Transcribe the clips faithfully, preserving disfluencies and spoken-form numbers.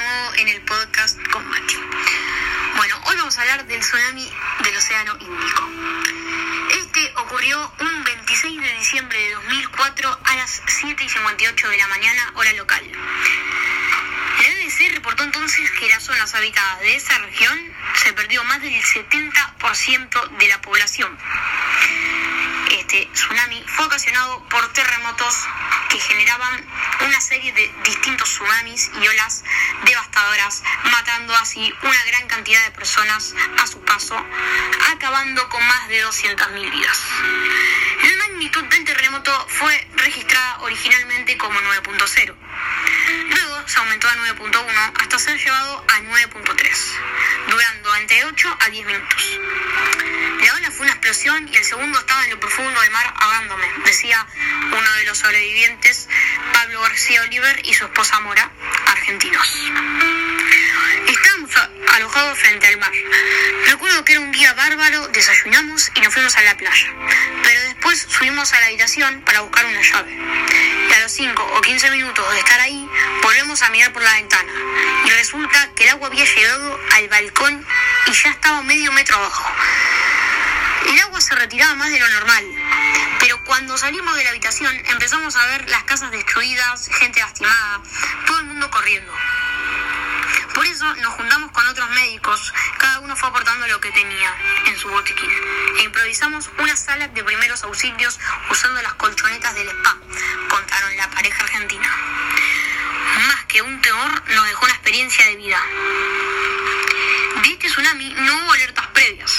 nuevo en el podcast con Mati. Bueno, hoy vamos a hablar del tsunami del Océano Índico. Este ocurrió un veintiséis de diciembre de dos mil cuatro a las siete y cincuenta y ocho de la mañana, hora local. La B B C reportó entonces que las zonas habitadas de esa región se perdió más del setenta por ciento de la población. Este tsunami fue ocasionado por terremotos que generaban una serie de distintos tsunamis y olas devastadoras, matando así una gran cantidad de personas a su paso, acabando con más de doscientas mil vidas. La magnitud del terremoto fue registrada originalmente como nueve punto cero. Luego se aumentó a nueve punto uno hasta ser llevado a nueve punto tres, durando entre ocho a diez minutos. La ola fue una explosión y el segundo estaba en lo profundo del mar ahogándome, decía uno de los sobrevivientes, Pablo García Oliver, y su esposa Mora, argentinos. Estábamos alojados frente al mar. Recuerdo que era un día bárbaro, desayunamos y nos fuimos a la playa. Pero después subimos a la habitación para buscar una llave. Y a los cinco o quince minutos de estar ahí, volvemos a mirar por la ventana. Y resulta que el agua había llegado al balcón y ya estaba medio metro abajo. El agua se retiraba más de lo normal. Pero cuando salimos de la habitación empezamos a ver las casas destruidas, gente lastimada, todo el mundo corriendo. Por eso nos juntamos con otros médicos, cada uno fue aportando lo que tenía en su botiquín, e improvisamos una sala de primeros auxilios usando las colchonetas del spa, contaron la pareja argentina. Más que un temor, nos dejó una experiencia de vida. De este tsunami no hubo alertas previas.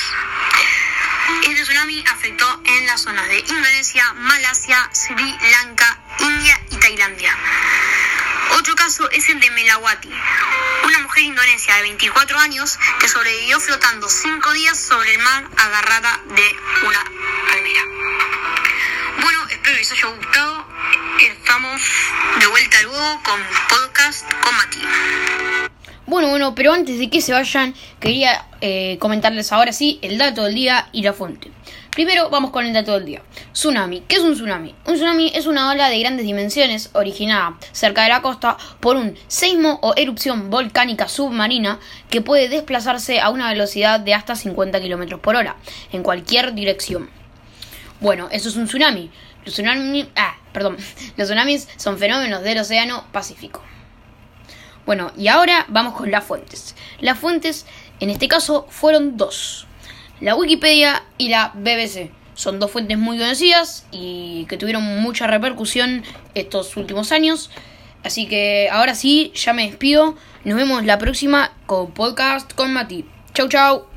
Este tsunami afectó en las zonas de Indonesia, Malasia, Sri Lanka, India y Tailandia. Otro caso es el de Melawati, una mujer indonesia de veinticuatro años que sobrevivió flotando cinco días sobre el mar agarrada de una palmera. Bueno, espero que les haya gustado. Estamos de vuelta luego con podcast con Mati. Bueno, bueno, pero antes de que se vayan, quería eh, comentarles ahora sí el dato del día y la fuente. Primero vamos con el dato del día. Tsunami. ¿Qué es un tsunami? Un tsunami es una ola de grandes dimensiones originada cerca de la costa por un seismo o erupción volcánica submarina que puede desplazarse a una velocidad de hasta cincuenta kilómetros por hora en cualquier dirección. Bueno, eso es un tsunami. Los tsunami, ah, perdón. Los tsunamis son fenómenos del Océano Pacífico. Bueno, y ahora vamos con las fuentes. Las fuentes, en este caso, fueron dos. La Wikipedia y la B B C. Son dos fuentes muy conocidas y que tuvieron mucha repercusión estos últimos años. Así que ahora sí, ya me despido. Nos vemos la próxima con Podcast con Mati. Chau, chau.